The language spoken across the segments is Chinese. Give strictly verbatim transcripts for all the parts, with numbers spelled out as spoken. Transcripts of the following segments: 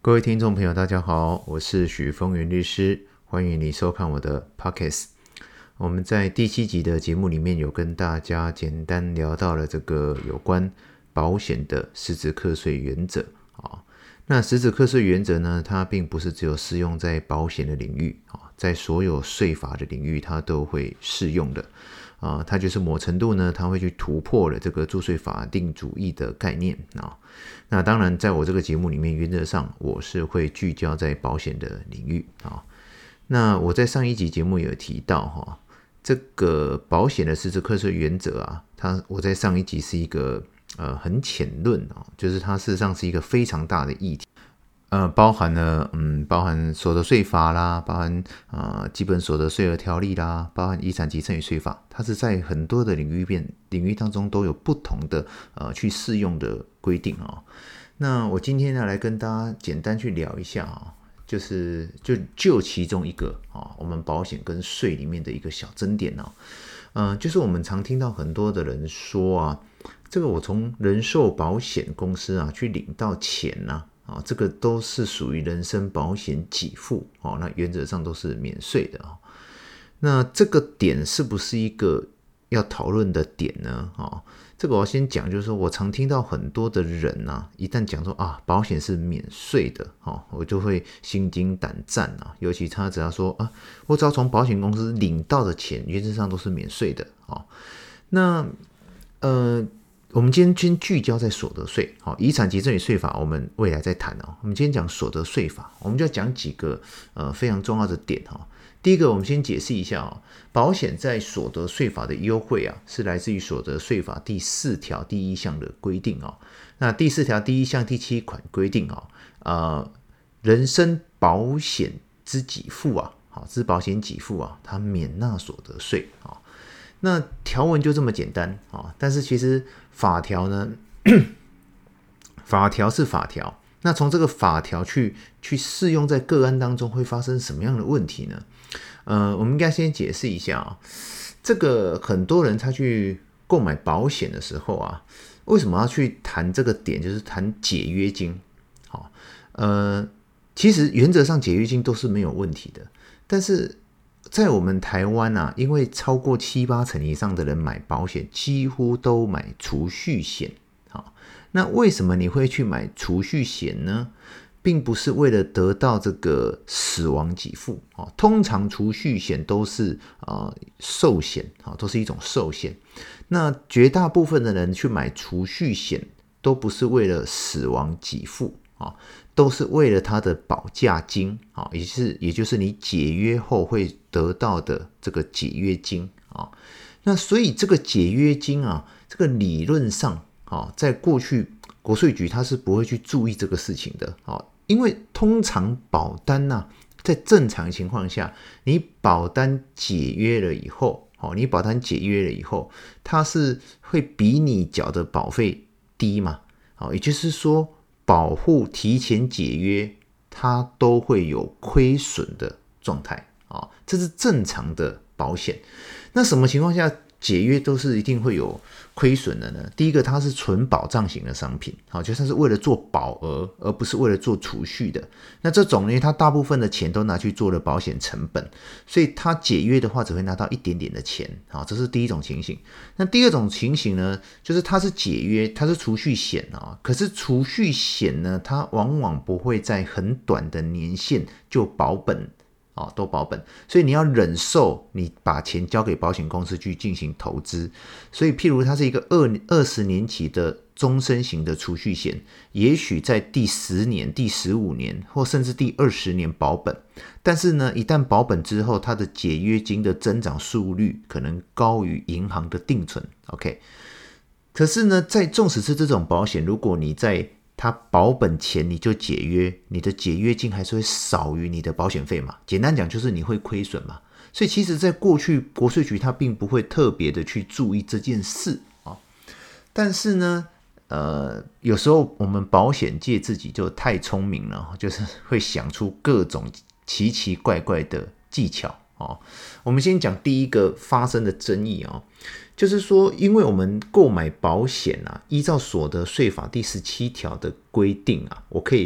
各位听众朋友大家好，我是许峰源律师，欢迎你收看我的 Podcast。 我们在第七集的节目里面有跟大家简单聊到了这个有关保险的实质课税原则。那实质课税原则呢，它并不是只有适用在保险的领域，在所有税法的领域它都会适用的。啊，它就是某程度呢，它会去突破了这个注税法定主义的概念啊。那当然，在我这个节目里面，原则上我是会聚焦在保险的领域啊。那我在上一集节目有提到哈，这个保险的实质课税原则啊，它我在上一集是一个呃很浅论啊，就是它事实上是一个非常大的议题。呃，包含了嗯，包含所得税法啦，包含呃基本所得税额条例啦，包含遗产及赠与税法，它是在很多的领域边领域当中都有不同的呃去适用的规定哦。那我今天呢来跟大家简单去聊一下啊，就是就就其中一个啊，我们保险跟税里面的一个小争点哦，呃，就是我们常听到很多的人说啊，这个我从人寿保险公司啊去领到钱啊。啊，这个都是属于人身保险给付，哦，那原则上都是免税的，哦，那这个点是不是一个要讨论的点呢？哦，这个我要先讲，就是说我常听到很多的人啊，一旦讲说啊，保险是免税的，哦，我就会心惊胆战啊。尤其他只要说啊，我只要从保险公司领到的钱，原则上都是免税的，哦，那呃。我们今天先聚焦在所得税，遗产及赠与税法我们未来再谈哦。我们今天讲所得税法，我们就要讲几个呃非常重要的点哈。第一个，我们先解释一下哦，保险在所得税法的优惠啊，是来自于所得税法第四条第一项的规定哦。那第四条第一项第七款规定哦，呃，人身保险之给付啊，好，之保险给付啊，它免纳所得税啊。那条文就这么简单啊，但是其实法条呢，法条是法条，那从这个法条去去适用在个案当中会发生什么样的问题呢？呃，我们应该先解释一下啊，这个很多人他去购买保险的时候啊，为什么要去谈这个点，就是谈解约金？好，呃，其实原则上解约金都是没有问题的，但是在我们台湾啊，因为超过七八成以上的人买保险，几乎都买储蓄险。好，那为什么你会去买储蓄险呢？并不是为了得到这个死亡给付。通常储蓄险都是呃寿险，都是一种寿险。那绝大部分的人去买储蓄险，都不是为了死亡给付。都是为了它的保价金，也就是也就是你解约后会得到的这个解约金。那所以这个解约金啊，这个理论上在过去国税局它是不会去注意这个事情的，因为通常保单啊，在正常情况下，你保单解约了以后，你保单解约了以后，它是会比你缴的保费低嘛，也就是说保护提前解约，它都会有亏损的状态，这是正常的保险。那什么情况下解约都是一定会有亏损的呢？第一个，它是纯保障型的商品，就它是为了做保额，而不是为了做储蓄的。那这种呢，它大部分的钱都拿去做了保险成本，所以它解约的话只会拿到一点点的钱，这是第一种情形。那第二种情形呢，就是它是解约，它是储蓄险，可是储蓄险呢，它往往不会在很短的年限就保本。哦，都保本，所以你要忍受你把钱交给保险公司去进行投资。所以譬如它是一个二十年期的终身型的储蓄险，也许在第十年、第十五年或甚至第二十年保本，但是呢，一旦保本之后，它的解约金的增长速率可能高于银行的定存。OK， 可是呢，在纵使是这种保险，如果你在它保本前你就解约，你的解约金还是会少于你的保险费嘛，简单讲就是你会亏损嘛。所以其实在过去国税局它并不会特别的去注意这件事，但是呢呃，有时候我们保险界自己就太聪明了，就是会想出各种奇奇怪怪的技巧。我们先讲第一个发生的争议，就是说因为我们购买保险啊，依照所得税法第十七条的规定啊，我可以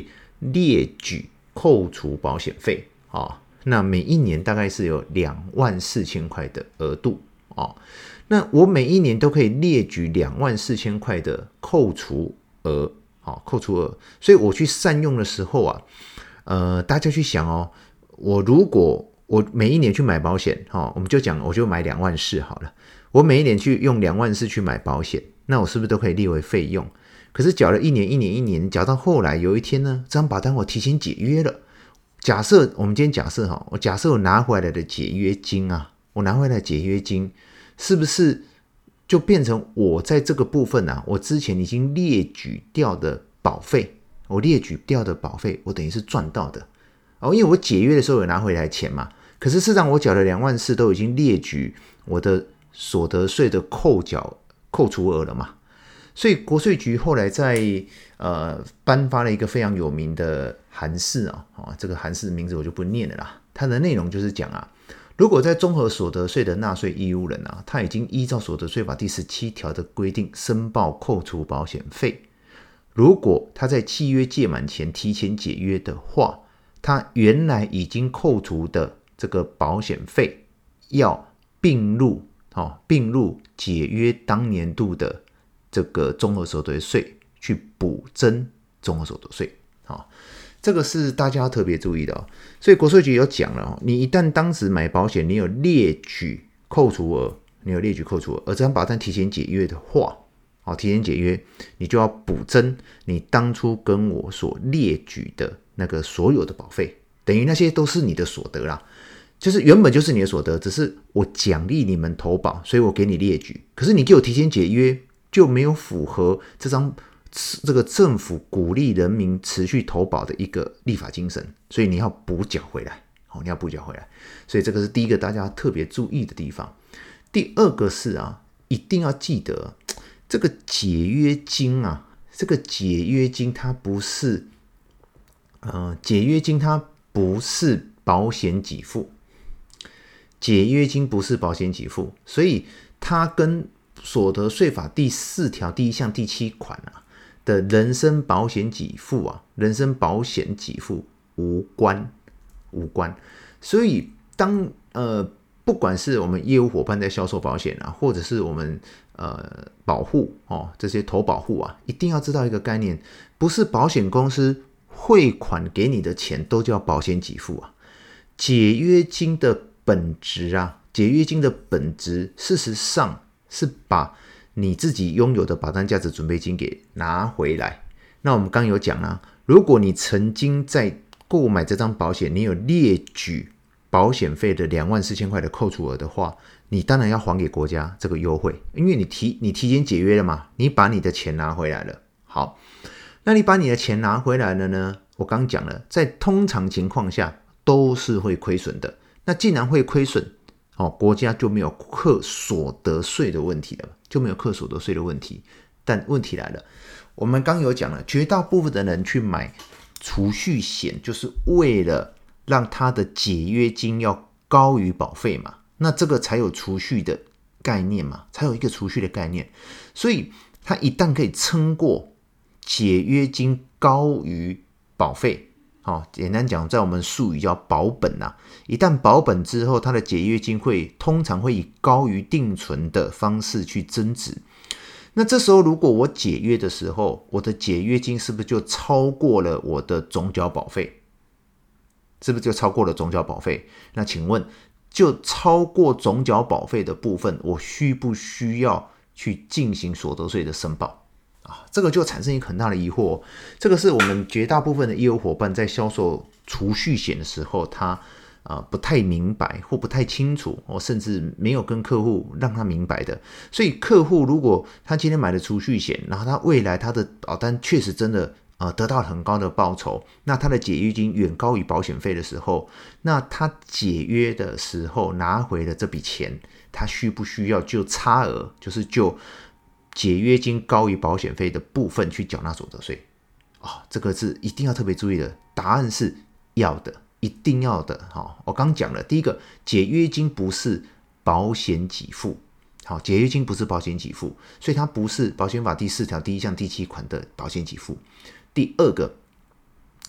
列举扣除保险费啊，那每一年大概是有两万四千块的额度啊。那我每一年都可以列举两万四千块的扣除额，好，扣除额。所以我去善用的时候啊，呃，大家去想哦，我如果我每一年去买保险，哈，我们就讲，我就买两万四好了。我每一年去用两万四去买保险，那我是不是都可以列为费用？可是缴了一年一年一年，缴到后来有一天呢，这张保单我提前解约了。假设我们今天假设哈，我假设我拿回来的解约金啊，我拿回来的解约金。是不是就变成我在这个部分啊，我之前已经列举掉的保费，我列举掉的保费，我等于是赚到的哦，因为我解约的时候有拿回来钱嘛。可是事实上我缴了两万四，都已经列举我的所得税的扣缴扣除额了嘛。所以国税局后来在呃颁发了一个非常有名的函释啊，哦，这个函释的名字我就不念了啦。它的内容就是讲啊。如果在综合所得税的纳税义务人啊，他已经依照所得税法第十七条的规定申报扣除保险费，如果他在契约届满前提前解约的话，他原来已经扣除的这个保险费要并入、哦、并入解约当年度的这个综合所得税去补征综合所得税。好，这个是大家要特别注意的哦。所以国税局有讲了，你一旦当时买保险，你有列举扣除额，你有列举扣除额，而这张保单提前解约的话，好，提前解约，你就要补征你当初跟我所列举的那个所有的保费，等于那些都是你的所得啦，就是原本就是你的所得，只是我奖励你们投保，所以我给你列举，可是你给我提前解约，就没有符合这张这个政府鼓励人民持续投保的一个立法精神，所以你要补缴回来，你要补缴回来，所以这个是第一个大家特别注意的地方。第二个是啊，一定要记得这个解约金啊，这个解约金它不是，呃，解约金它不是保险给付，解约金不是保险给付，所以它跟所得税法第四条第一项第七款啊的人身保险给付啊，人身保险给付无关，无关。所以当呃，不管是我们业务伙伴在销售保险啊，或者是我们呃保护哦这些投保户啊，一定要知道一个概念，不是保险公司汇款给你的钱都叫保险给付啊。解约金的本质啊，解约金的本质，事实上是把你自己拥有的保单价值准备金给拿回来。那我们刚有讲啊，如果你曾经在购买这张保险，你有列举保险费的两万四千块的扣除额的话，你当然要还给国家这个优惠，因为你提你提前解约了嘛，你把你的钱拿回来了。好，那你把你的钱拿回来了呢？我刚讲了，在通常情况下都是会亏损的。那既然会亏损，哦，国家就没有课所得税的问题了，就没有课所得税的问题。但问题来了，我们刚有讲了，绝大部分的人去买储蓄险，就是为了让他的解约金要高于保费嘛，那这个才有储蓄的概念嘛，才有一个储蓄的概念。所以他一旦可以撑过解约金高于保费，哦，简单讲，在我们术语叫保本啊。一旦保本之后，它的解约金会通常会以高于定存的方式去增值。那这时候，如果我解约的时候，我的解约金是不是就超过了我的总缴保费？是不是就超过了总缴保费？那请问，就超过总缴保费的部分，我需不需要去进行所得税的申报？啊，这个就产生一个很大的疑惑哦。这个是我们绝大部分的业务伙伴在销售储蓄险的时候，他、呃、不太明白或不太清楚、哦、甚至没有跟客户让他明白的。所以客户如果他今天买了储蓄险，然后他未来他的保单确实真的、呃、得到很高的报酬，那他的解约金远高于保险费的时候，那他解约的时候拿回了这笔钱，他需不需要就差额，就是就解约金高于保险费的部分去缴纳所得税、哦、这个是一定要特别注意的。答案是要的，一定要的、哦、我刚讲了，第一个，解约金不是保险给付，好，解约金不是保险给付，所以它不是保险法第四条第一项第七款的保险给付。第二个，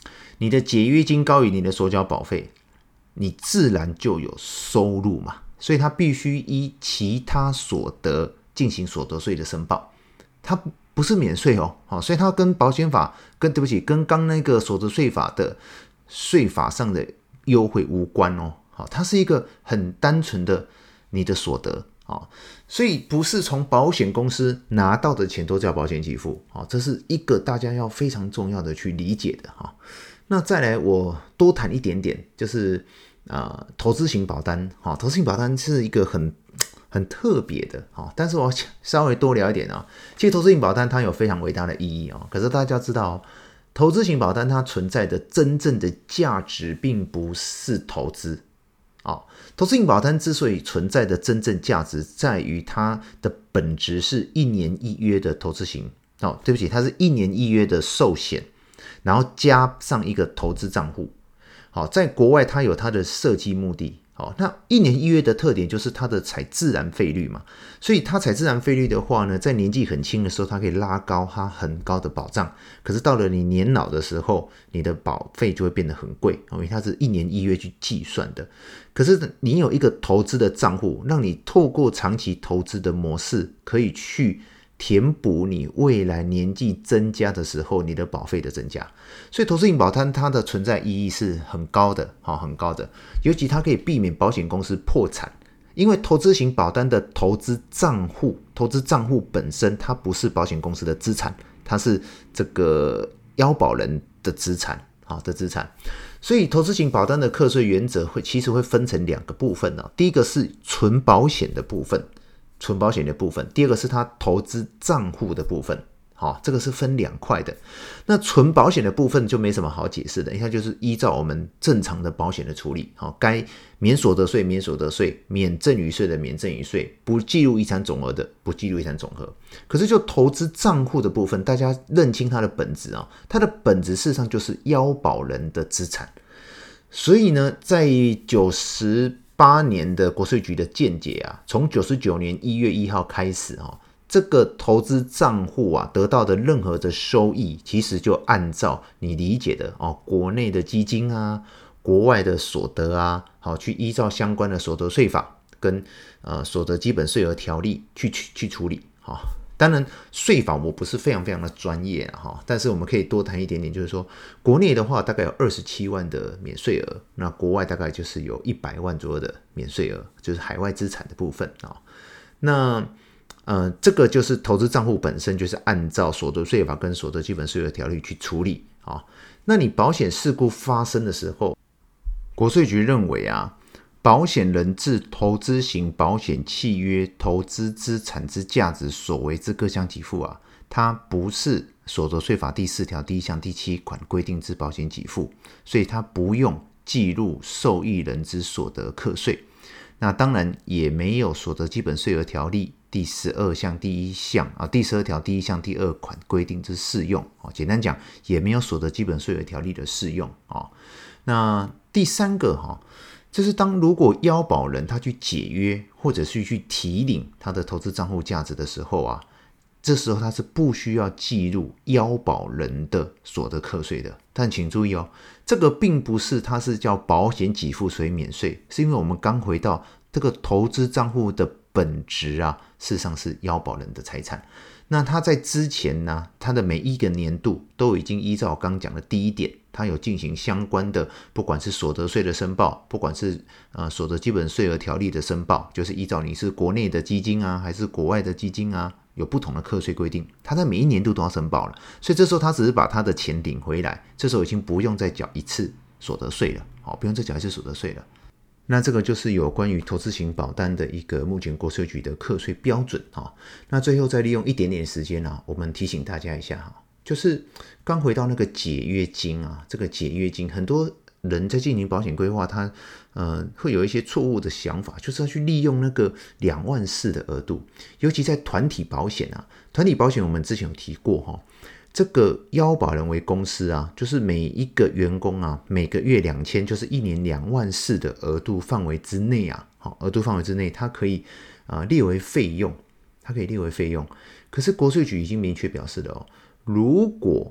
你的解约金高于你的所缴保费，你自然就有收入嘛，所以他必须依其他所得进行所得税的申报，它不是免税哦，所以它跟保险法跟对不起跟刚那个所得税法的税法上的优惠无关哦，它是一个很单纯的你的所得，所以不是从保险公司拿到的钱都叫保险给付，这是一个大家要非常重要的去理解的。那再来我多谈一点点，就是呃投资型保单，投资型保单是一个很很特别的，但是我稍微多聊一点啊。其实投资型保单它有非常伟大的意义，可是大家知道投资型保单它存在的真正的价值并不是投资。投资型保单之所以存在的真正价值在于它的本质是一年一约的投资型，哦，对不起，它是一年一约的寿险，然后加上一个投资账户。好，在国外它有它的设计目的。好，那一年一约的特点就是它的采自然费率嘛，所以它采自然费率的话呢，在年纪很轻的时候，它可以拉高它很高的保障。可是到了你年老的时候，你的保费就会变得很贵，因为它是一年一约去计算的。可是你有一个投资的账户，让你透过长期投资的模式，可以去填补你未来年纪增加的时候你的保费的增加。所以投资型保单它的存在意义是很高的，很高的，尤其它可以避免保险公司破产，因为投资型保单的投资账户投资账户本身它不是保险公司的资产，它是这个要保人的资产的资产。所以投资型保单的课税原则会其实会分成两个部分，第一个是纯保险的部分纯保险的部分，第二个是它投资账户的部分，好，这个是分两块的。那纯保险的部分就没什么好解释的，因为它就是依照我们正常的保险的处理，好，该免所得税免所得税，免赠与税的免赠与税，不计入遗产总额的不计入遗产总额。可是就投资账户的部分，大家认清它的本质啊，它的本质事实上就是要保人的资产。所以呢，在九十八年的国税局的见解啊，从九十九年一月一号开始，哦，这个投资账户啊得到的任何的收益，其实就按照你理解的哦，国内的基金啊，国外的所得啊，好，去依照相关的所得税法跟呃所得基本税额条例去去处理，好。当然税法我不是非常非常的专业，但是我们可以多谈一点点，就是说国内的话大概有二十七万的免税额，那国外大概就是有一百万左右的免税额，就是海外资产的部分。那呃，这个就是投资账户本身就是按照所得税法跟所得基本税额条例去处理。那你保险事故发生的时候，国税局认为啊，保险人自投资型保险契约投资资产之价值所为之各项给付啊，它不是所得税法第四条第一项第七款规定之保险给付，所以它不用计入受益人之所得课税。那当然也没有所得基本税额条例第十二项第一项啊，第十二条第一项第二款规定之适用。简单讲，也没有所得基本税额条例的适用。那第三个哈。就是当如果要保人他去解约或者是去提领他的投资账户价值的时候啊，这时候他是不需要计入要保人的所得课税的。但请注意哦，这个并不是它是叫保险给付所以免税，是因为我们刚回到这个投资账户的本质啊，事实上是要保人的财产。那他在之前呢，他的每一个年度都已经依照我刚讲的第一点，他有进行相关的，不管是所得税的申报，不管是呃所得基本税额条例的申报，就是依照你是国内的基金啊，还是国外的基金啊，有不同的课税规定，他在每一年度都要申报了。所以这时候他只是把他的钱领回来，这时候已经不用再缴一次所得税了，好，不用再缴一次所得税了。那这个就是有关于投资型保单的一个目前国税局的课税标准。那最后再利用一点点时间，我们提醒大家一下，就是刚回到那个解约金啊，这个解约金很多人在进行保险规划，他呃会有一些错误的想法，就是要去利用那个两万四的额度，尤其在团体保险啊，团体保险我们之前有提过哈。这个要保人为公司啊，就是每一个员工啊，每个月两千，就是一年两万四的额度范围之内啊，好，额度范围之内，它可以呃列为费用，它可以列为费用。可是国税局已经明确表示了哦，如果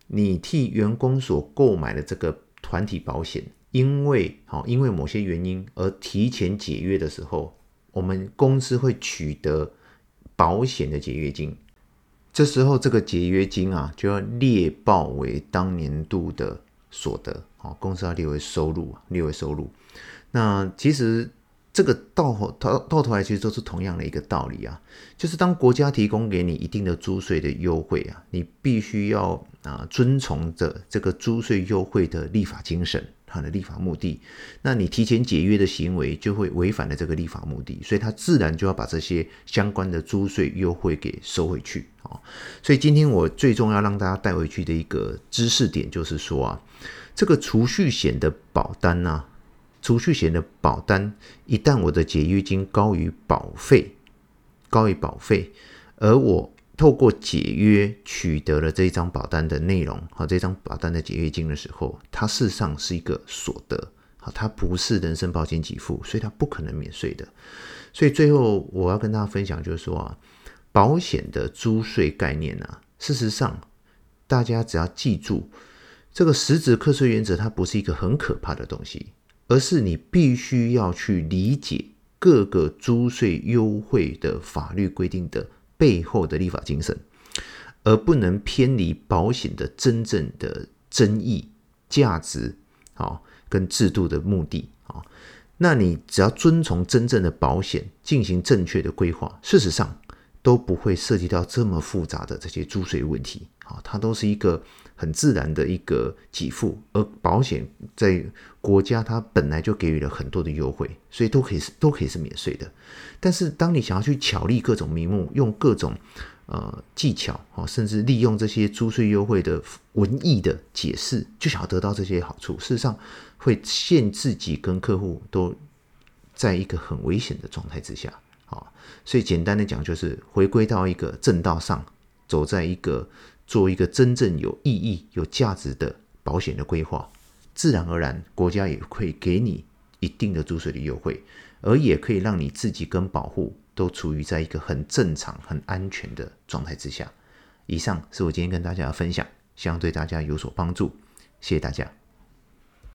你替员工所购买的这个团体保险，因为因为某些原因而提前解约的时候，我们公司会取得保险的解约金。这时候这个解约金啊，就要列报为当年度的所得，公司要列为收入，列为收入。那其实这个到到到头来其实都是同样的一个道理啊，就是当国家提供给你一定的租税的优惠啊，你必须要啊遵从着这个租税优惠的立法精神，它的立法目的。那你提前解约的行为就会违反了这个立法目的，所以它自然就要把这些相关的租税优惠给收回去。所以今天我最重要让大家带回去的一个知识点就是说啊，这个储蓄险的保单啊，储蓄险的保单一旦我的解约金高于保费，高于保费，而我透过解约取得了这一张保单的内容，这张保单的解约金的时候，它事实上是一个所得，它不是人身保险给付，所以它不可能免税的。所以最后我要跟大家分享就是说啊，保险的租税概念啊，事实上大家只要记住，这个实质课税原则它不是一个很可怕的东西，而是你必须要去理解各个租税优惠的法律规定的背后的立法精神，而不能偏离保险的真正的争议、价值跟制度的目的。那你只要遵从真正的保险，进行正确的规划，事实上都不会涉及到这么复杂的这些租税问题，它都是一个很自然的一个给付，而保险在国家它本来就给予了很多的优惠，所以都可以都可以是免税的。但是当你想要去巧立各种名目，用各种呃技巧，甚至利用这些租税优惠的文义的解释，就想要得到这些好处，事实上会陷自己跟客户都在一个很危险的状态之下。所以简单的讲，就是回归到一个正道上，走在一个做一个真正有意义、有价值的保险的规划，自然而然国家也会给你一定的租税的优惠，而也可以让你自己跟保护都处于在一个很正常、很安全的状态之下。以上是我今天跟大家的分享，希望对大家有所帮助，谢谢大家。